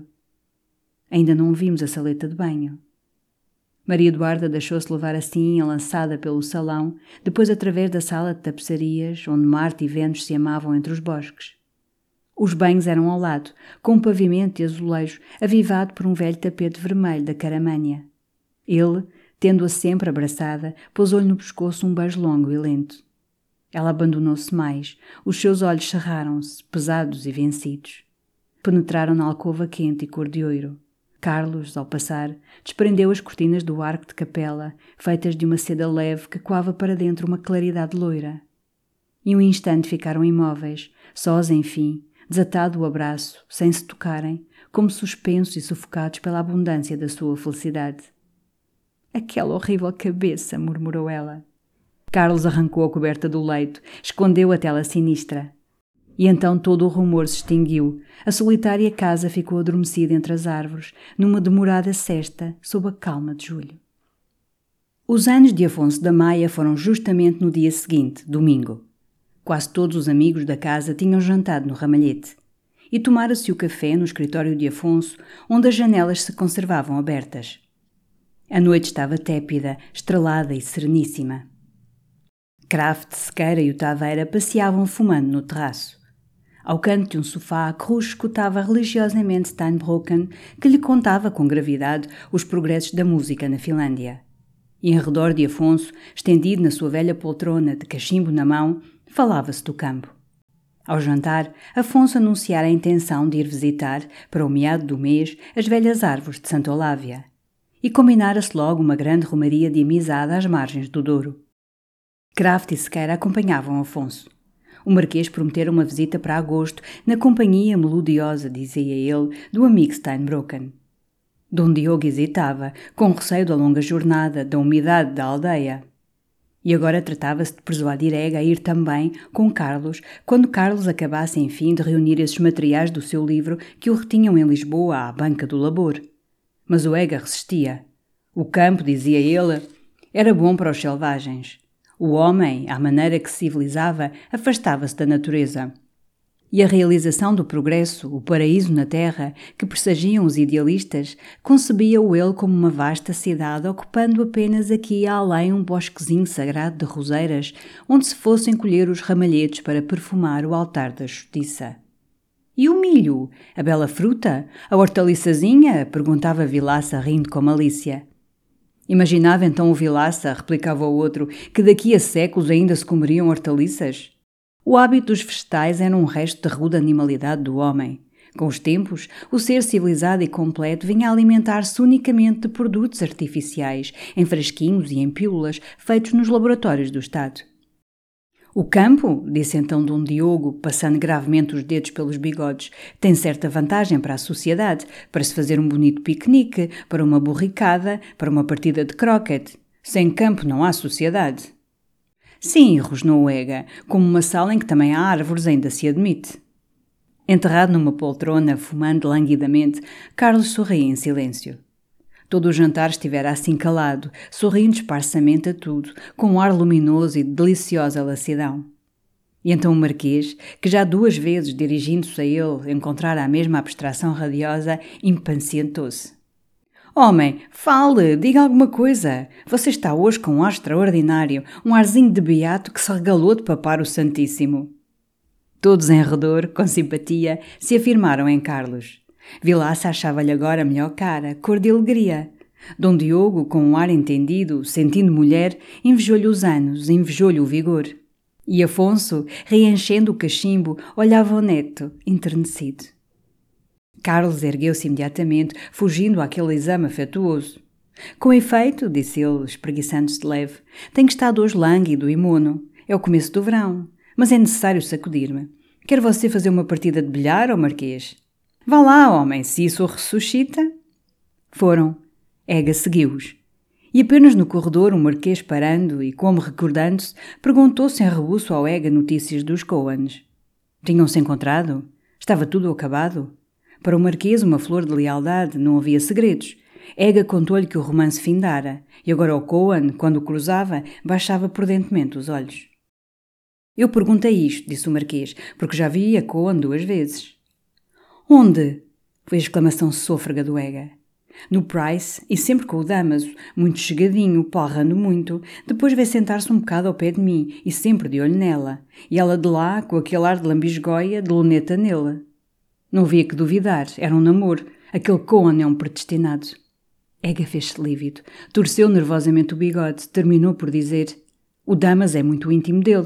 Ainda não vimos a saleta de banho. Maria Eduarda deixou-se levar assim, lançada pelo salão, depois através da sala de tapeçarias, onde Marte e Vênus se amavam entre os bosques. Os banhos eram ao lado, com um pavimento de azulejo, avivado por um velho tapete vermelho da Caramânia. Ele, tendo-a sempre abraçada, pousou-lhe no pescoço um beijo longo e lento. Ela abandonou-se mais. Os seus olhos cerraram-se, pesados e vencidos. Penetraram na alcova quente e cor de ouro. Carlos, ao passar, desprendeu as cortinas do arco de capela, feitas de uma seda leve que coava para dentro uma claridade loira. E um instante ficaram imóveis, sós enfim, desatado o abraço, sem se tocarem, como suspensos e sufocados pela abundância da sua felicidade. Aquela horrível cabeça, murmurou ela. Carlos arrancou a coberta do leito, escondeu a tela sinistra. E então todo o rumor se extinguiu. A solitária casa ficou adormecida entre as árvores, numa demorada sesta, sob a calma de julho. Os anos de Afonso da Maia foram justamente no dia seguinte, domingo. Quase todos os amigos da casa tinham jantado no ramalhete. E tomara-se o café no escritório de Afonso, onde as janelas se conservavam abertas. A noite estava tépida, estrelada e sereníssima. Kraft, Sequeira e o Taveira passeavam fumando no terraço. Ao canto de um sofá, Cruz escutava religiosamente Steinbrocken, que lhe contava com gravidade os progressos da música na Finlândia. E em redor de Afonso, estendido na sua velha poltrona de cachimbo na mão, falava-se do campo. Ao jantar, Afonso anunciara a intenção de ir visitar, para o meado do mês, as velhas árvores de Santa Olávia. E combinara-se logo uma grande romaria de amizade às margens do Douro. Kraft e Sequeira acompanhavam Afonso. O Marquês prometera uma visita para agosto, na companhia melodiosa, dizia ele, do amigo Steinbrocken. Dom Diogo hesitava, com receio da longa jornada, da umidade da aldeia. E agora tratava-se de persuadir Ega a ir também, com Carlos, quando Carlos acabasse enfim de reunir esses materiais do seu livro que o retinham em Lisboa à banca do labor. Mas o Ega resistia. O campo, dizia ele, era bom para os selvagens. O homem, à maneira que se civilizava, afastava-se da natureza. E a realização do progresso, o paraíso na terra, que pressagiam os idealistas, concebia-o ele como uma vasta cidade, ocupando apenas aqui e além um bosquezinho sagrado de roseiras, onde se fossem colher os ramalhetes para perfumar o altar da justiça. E o milho? A bela fruta? A hortaliçazinha? Perguntava Vilaça, rindo com malícia. Imaginava então o Vilaça, replicava o outro, que daqui a séculos ainda se comeriam hortaliças? O hábito dos vegetais era um resto de rude animalidade do homem. Com os tempos, o ser civilizado e completo vinha a alimentar-se unicamente de produtos artificiais, em frasquinhos e em pílulas, feitos nos laboratórios do Estado. O campo, disse então Dom Diogo, passando gravemente os dedos pelos bigodes, tem certa vantagem para a sociedade, para se fazer um bonito piquenique, para uma borricada, para uma partida de croquete. Sem campo não há sociedade. Sim, rosnou o Ega, como uma sala em que também há árvores ainda se admite. Enterrado numa poltrona, fumando languidamente, Carlos sorria em silêncio. Todo o jantar estivera assim calado, sorrindo esparsamente a tudo, com um ar luminoso e de deliciosa lassidão. E então o Marquês, que já 2 vezes, dirigindo-se a ele, encontrara a mesma abstração radiosa, impacientou-se. Homem, fale, diga alguma coisa. Você está hoje com um ar extraordinário, um arzinho de beato que se regalou de papar o Santíssimo. Todos em redor, com simpatia, se afirmaram em Carlos. Vilaça achava-lhe agora a melhor cara, cor de alegria. Dom Diogo, com um ar entendido, sentindo mulher, invejou-lhe os anos, invejou-lhe o vigor. E Afonso, reenchendo o cachimbo, olhava o neto, enternecido. Carlos ergueu-se imediatamente, fugindo àquele exame afetuoso. Com efeito, disse ele, espreguiçando-se de leve, tenho estado hoje lânguido e mono. É o começo do verão, mas é necessário sacudir-me. Quer você fazer uma partida de bilhar, ó Marquês? Vá lá, homem, se isso o ressuscita. Foram. Ega seguiu-os. E apenas no corredor o Marquês, parando e como recordando-se, perguntou-se em rebuço ao Ega notícias dos Cohens. Tinham-se encontrado? Estava tudo acabado? Para o Marquês, uma flor de lealdade, não havia segredos. Ega contou-lhe que o romance findara, e agora o Cohen, quando o cruzava, baixava prudentemente os olhos. Eu perguntei isto, disse o Marquês, porque já vi a Cohen 2 vezes. Onde? Foi a exclamação sôfrega do Ega. No Price, e sempre com o Damaso, muito chegadinho, palrando muito, depois veio sentar-se um bocado ao pé de mim, e sempre de olho nela, e ela de lá, com aquele ar de lambisgoia, de luneta nele. Não havia que duvidar, era um namoro, aquele Cohen é um predestinado. Ega fez-se lívido, torceu nervosamente o bigode, terminou por dizer: o Damaso é muito íntimo deles.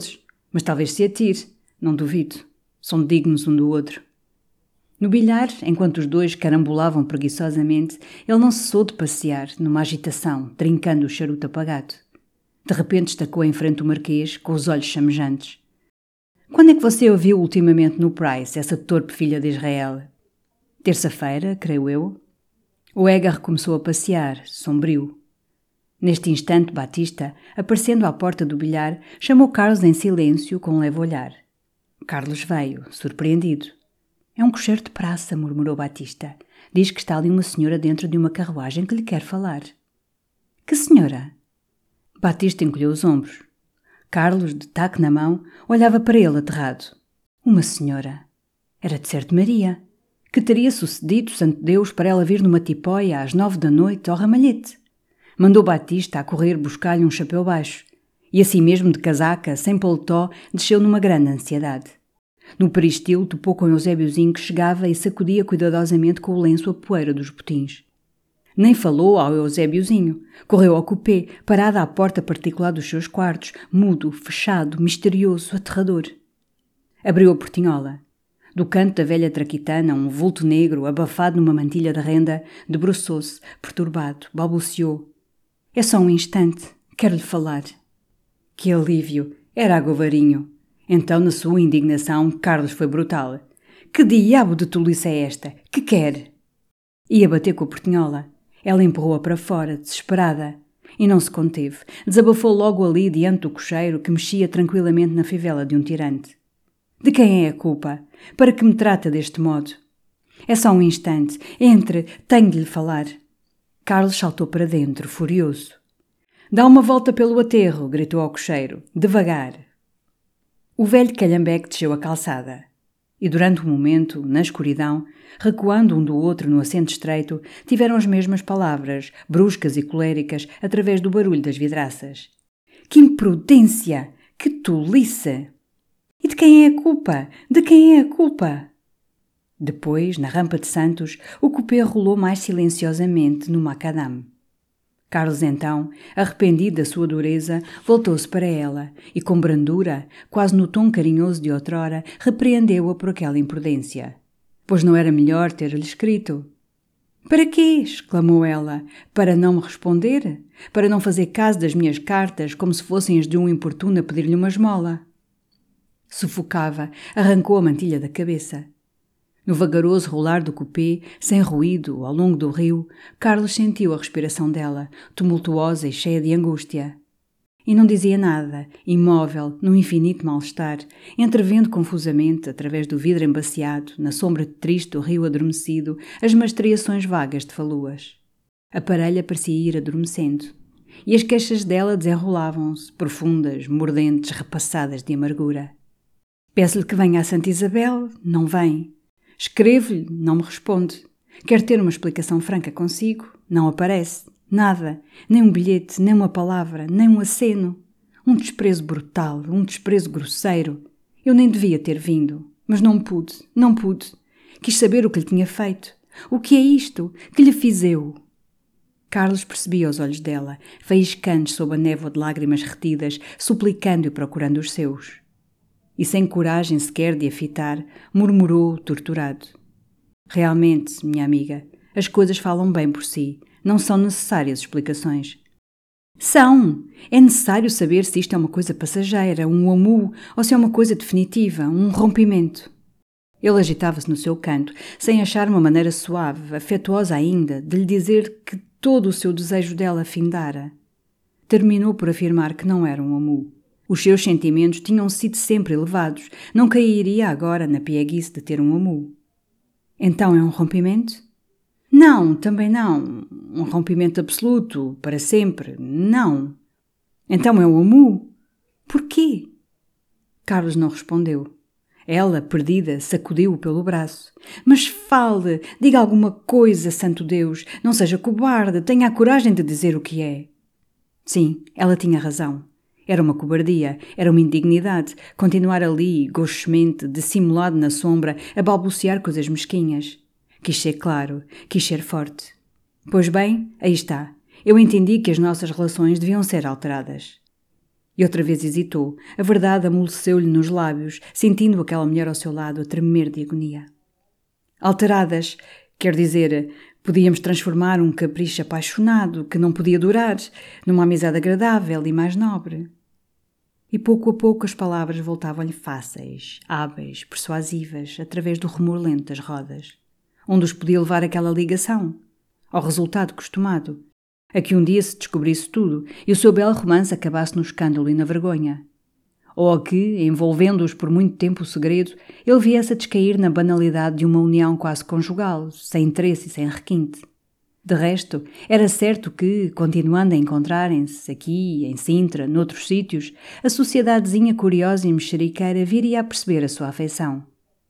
Mas talvez se atire, não duvido. São dignos um do outro. No bilhar, enquanto os dois carambolavam preguiçosamente, ele não cessou de passear, numa agitação, trincando o charuto apagado. De repente estacou em frente o marquês, com os olhos chamejantes. Quando é que você ouviu ultimamente no Price, essa torpe filha de Israel? Terça-feira, creio eu. O Edgar recomeçou a passear, sombrio. Neste instante, Batista, aparecendo à porta do bilhar, chamou Carlos em silêncio com um leve olhar. Carlos veio, surpreendido. É um cocheiro de praça, murmurou Batista. Diz que está ali uma senhora dentro de uma carruagem que lhe quer falar. Que senhora? Batista encolheu os ombros. Carlos, de taco na mão, olhava para ele aterrado. Uma senhora. Era de certo Maria. Que teria sucedido, santo Deus, para ela vir numa tipóia às 9 da noite ao ramalhete? Mandou Batista a correr buscar-lhe um chapéu baixo. E assim mesmo de casaca, sem paletó, desceu numa grande ansiedade. No peristilo topou com Eusébiozinho que chegava e sacudia cuidadosamente com o lenço a poeira dos botins. Nem falou ao Eusébiozinho. Correu ao coupé, parado à porta particular dos seus quartos, mudo, fechado, misterioso, aterrador. Abriu a portinhola. Do canto da velha traquitana, um vulto negro, abafado numa mantilha de renda, debruçou-se, perturbado, balbuciou. É só um instante. Quero-lhe falar. Que alívio! Era Agovarinho. Então, na sua indignação, Carlos foi brutal. Que diabo de tolice é esta? Que quer? Ia bater com a portinhola. Ela empurrou-a para fora, desesperada. E não se conteve. Desabafou logo ali diante do cocheiro que mexia tranquilamente na fivela de um tirante. De quem é a culpa? Para que me trata deste modo? É só um instante. Entre, tenho de lhe falar. Carlos saltou para dentro, furioso. Dá uma volta pelo aterro, gritou ao cocheiro. Devagar. O velho calhambeque desceu a calçada. E durante um momento, na escuridão, recuando um do outro no assento estreito, tiveram as mesmas palavras, bruscas e coléricas, através do barulho das vidraças. Que imprudência! Que tolice! E de quem é a culpa? De quem é a culpa? Depois, na rampa de Santos, o coupé rolou mais silenciosamente no macadam. Carlos, então, arrependido da sua dureza, voltou-se para ela e, com brandura, quase no tom carinhoso de outrora, repreendeu-a por aquela imprudência. Pois não era melhor ter-lhe escrito? Para quê? Exclamou ela. Para não me responder? Para não fazer caso das minhas cartas como se fossem as de um importuno a pedir-lhe uma esmola? Sufocava, arrancou a mantilha da cabeça. No vagaroso rolar do coupé, sem ruído, ao longo do rio, Carlos sentiu a respiração dela, tumultuosa e cheia de angústia. E não dizia nada, imóvel, num infinito mal-estar, entrevendo confusamente, através do vidro embaciado, na sombra triste do rio adormecido, as mastreações vagas de faluas. A parelha parecia ir adormecendo, e as queixas dela desenrolavam-se, profundas, mordentes, repassadas de amargura. Peço-lhe que venha a Santa Isabel, não vem. Escrevo-lhe, não me responde. Quer ter uma explicação franca consigo, não aparece. Nada, nem um bilhete, nem uma palavra, nem um aceno. Um desprezo brutal, um desprezo grosseiro. Eu nem devia ter vindo, mas não pude. Quis saber o que lhe tinha feito. O que é isto? Que lhe fiz eu? Carlos percebia os olhos dela, faiscantes sob a névoa de lágrimas retidas, suplicando e procurando os seus. E sem coragem sequer de a fitar, murmurou, torturado. Realmente, minha amiga, as coisas falam bem por si. Não são necessárias explicações. São! É necessário saber se isto é uma coisa passageira, um amu, ou se é uma coisa definitiva, um rompimento. Ele agitava-se no seu canto, sem achar uma maneira suave, afetuosa ainda, de lhe dizer que todo o seu desejo dela findara. Terminou por afirmar que não era um amu. Os seus sentimentos tinham sido sempre elevados, não cairia agora na pieguice de ter um amu. Então é um rompimento? Não, também não. Um rompimento absoluto, para sempre, não. Então é um amu? Porquê? Carlos não respondeu. Ela, perdida, sacudiu-o pelo braço. Mas fale, diga alguma coisa, santo Deus, não seja cobarde, tenha a coragem de dizer o que é. Sim, ela tinha razão. Era uma cobardia, era uma indignidade, continuar ali, gauchemente, dissimulado na sombra, a balbuciar coisas mesquinhas. Quis ser claro, quis ser forte. Pois bem, aí está. Eu entendi que as nossas relações deviam ser alteradas. E outra vez hesitou. A verdade amoleceu-lhe nos lábios, sentindo aquela mulher ao seu lado a tremer de agonia. Alteradas, quer dizer, podíamos transformar um capricho apaixonado, que não podia durar, numa amizade agradável e mais nobre. E pouco a pouco as palavras voltavam-lhe fáceis, hábeis, persuasivas, através do rumor lento das rodas. Onde os podia levar aquela ligação? Ao resultado costumado. A que um dia se descobrisse tudo e o seu belo romance acabasse no escândalo e na vergonha. Ou a que, envolvendo-os por muito tempo o segredo, ele viesse a descair na banalidade de uma união quase conjugal, sem interesse e sem requinte. De resto, era certo que, continuando a encontrarem-se, aqui, em Sintra, noutros sítios, a sociedadezinha curiosa e mexeriqueira viria a perceber a sua afeição.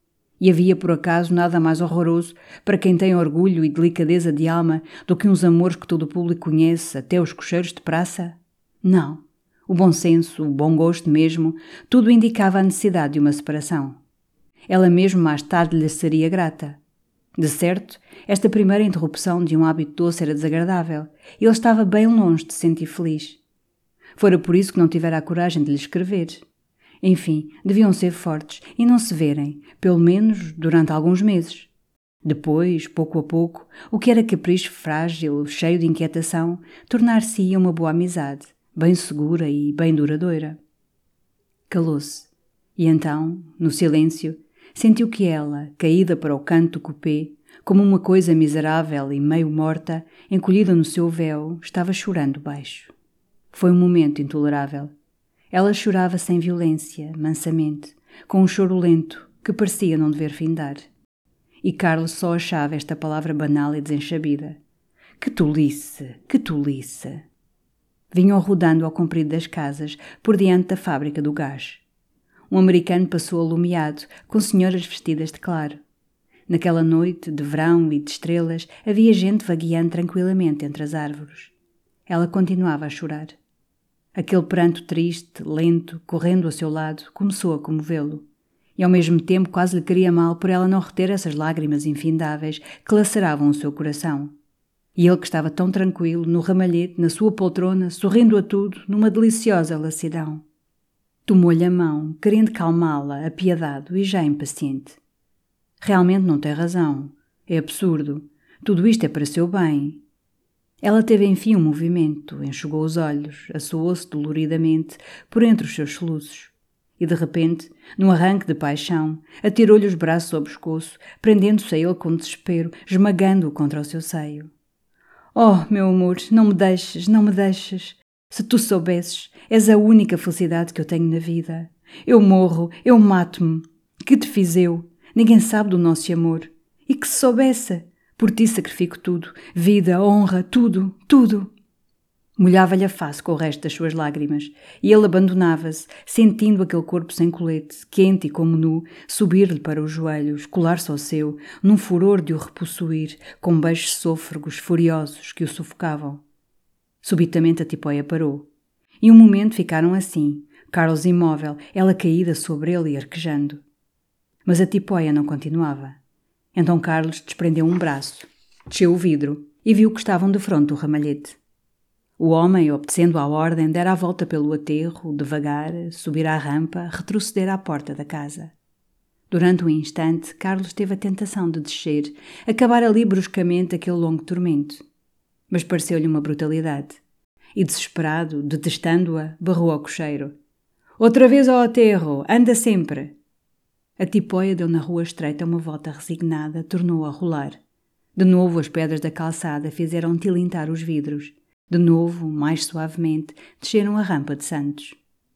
E havia, por acaso, nada mais horroroso para quem tem orgulho e delicadeza de alma do que uns amores que todo o público conhece, até os cocheiros de praça? Não. O bom senso, o bom gosto mesmo, tudo indicava a necessidade de uma separação. Ela mesmo mais tarde lhe seria grata. De certo, esta primeira interrupção de um hábito doce era desagradável e ele estava bem longe de se sentir feliz. Fora por isso que não tivera a coragem de lhe escrever. Enfim, deviam ser fortes e não se verem, pelo menos durante alguns meses. Depois, pouco a pouco, o que era capricho frágil, cheio de inquietação, tornar-se-ia uma boa amizade, bem segura e bem duradoura. Calou-se, e então, no silêncio, sentiu que ela, caída para o canto do cupê, como uma coisa miserável e meio morta, encolhida no seu véu, estava chorando baixo. Foi um momento intolerável. Ela chorava sem violência, mansamente, com um choro lento que parecia não dever findar. E Carlos só achava esta palavra banal e desenxabida. Que tolice, que tolice! Vinham rodando ao comprido das casas, por diante da fábrica do gás. Um americano passou alumiado, com senhoras vestidas de claro. Naquela noite de verão e de estrelas, havia gente vagueando tranquilamente entre as árvores. Ela continuava a chorar. Aquele pranto triste, lento, correndo ao seu lado, começou a comovê-lo. E ao mesmo tempo quase lhe queria mal por ela não reter essas lágrimas infindáveis que laceravam o seu coração. E ele que estava tão tranquilo, no ramalhete, na sua poltrona, sorrindo a tudo, numa deliciosa lassidão. Tomou-lhe a mão, querendo calmá-la, apiedado e já impaciente. Realmente não tem razão. É absurdo. Tudo isto é para seu bem. Ela teve enfim um movimento, enxugou os olhos, assoou-se doloridamente por entre os seus soluços. E de repente, num arranque de paixão, atirou-lhe os braços ao pescoço, prendendo-se a ele com desespero, esmagando-o contra o seu seio. Oh, meu amor, não me deixes, não me deixes. Se tu soubesses, és a única felicidade que eu tenho na vida. Eu morro, eu mato-me. Que te fiz eu? Ninguém sabe do nosso amor. E que se soubesse? Por ti sacrifico tudo. Vida, honra, tudo, tudo. Molhava-lhe a face com o resto das suas lágrimas, e ele abandonava-se, sentindo aquele corpo sem colete, quente e como nu, subir-lhe para os joelhos, colar-se ao seu, num furor de o repossuir, com beijos sôfregos, furiosos, que o sufocavam. Subitamente a tipóia parou. E um momento ficaram assim, Carlos imóvel, ela caída sobre ele e arquejando. Mas a tipóia não continuava. Então Carlos desprendeu um braço, desceu o vidro e viu que estavam defronte do ramalhete. O homem, obedecendo à ordem, dera a volta pelo aterro, devagar, subir à rampa, retroceder à porta da casa. Durante um instante, Carlos teve a tentação de descer, acabar ali bruscamente aquele longo tormento. Mas pareceu-lhe uma brutalidade. E desesperado, detestando-a, berrou ao cocheiro. Outra vez ao aterro! Anda sempre! A tipóia deu na rua estreita uma volta resignada, tornou a rolar. De novo as pedras da calçada fizeram tilintar os vidros. De novo, mais suavemente, desceram a rampa de Santos.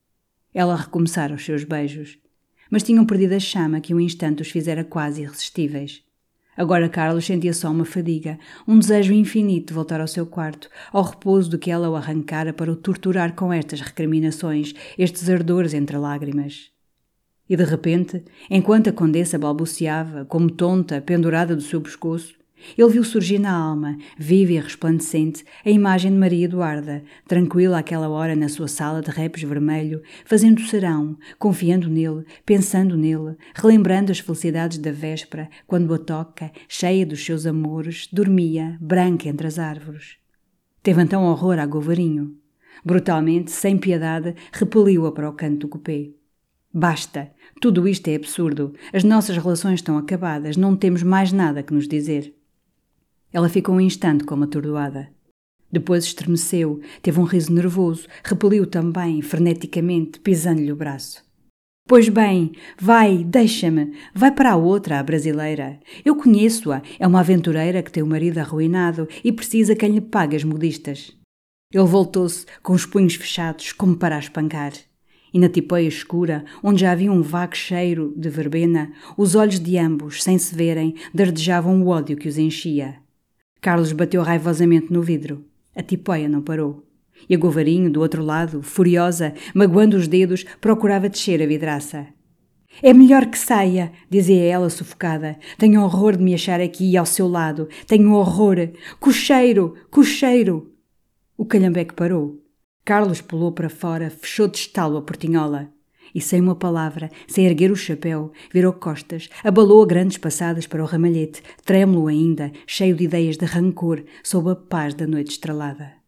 Ela recomeçara os seus beijos, mas tinham perdido a chama que um instante os fizera quase irresistíveis. Agora Carlos sentia só uma fadiga, um desejo infinito de voltar ao seu quarto, ao repouso do que ela o arrancara para o torturar com estas recriminações, estes ardores entre lágrimas. E de repente, enquanto a condessa balbuciava, como tonta, pendurada do seu pescoço, ele viu surgir na alma, viva e resplandecente, a imagem de Maria Eduarda, tranquila àquela hora na sua sala de repes vermelho, fazendo serão, confiando nele, pensando nele, relembrando as felicidades da véspera, quando a toca, cheia dos seus amores, dormia, branca entre as árvores. Teve então horror a Govarinho. Brutalmente, sem piedade, repeliu-a para o canto do cupê. Basta! Tudo isto é absurdo. As nossas relações estão acabadas. Não temos mais nada que nos dizer. Ela ficou um instante como atordoada. Depois estremeceu, teve um riso nervoso, repeliu também, freneticamente, pisando-lhe o braço. Pois bem, vai, deixa-me, vai para a outra, a brasileira. Eu conheço-a, é uma aventureira que tem o marido arruinado e precisa quem lhe pague as modistas. Ele voltou-se, com os punhos fechados, como para a espancar. E na tipeia escura, onde já havia um vago cheiro de verbena, os olhos de ambos, sem se verem, dardejavam o ódio que os enchia. Carlos bateu raivosamente no vidro. A tipeia não parou. E a Govarinho, do outro lado, furiosa, magoando os dedos, procurava descer a vidraça. É melhor que saia, dizia ela sufocada. Tenho horror de me achar aqui ao seu lado. Tenho horror. Cocheiro! Cocheiro! O calhambeque parou. Carlos pulou para fora, fechou de estalo a portinhola. E sem uma palavra, sem erguer o chapéu, virou costas, abalou a grandes passadas para o ramalhete, trêmulo ainda, cheio de ideias de rancor, sob a paz da noite estrelada.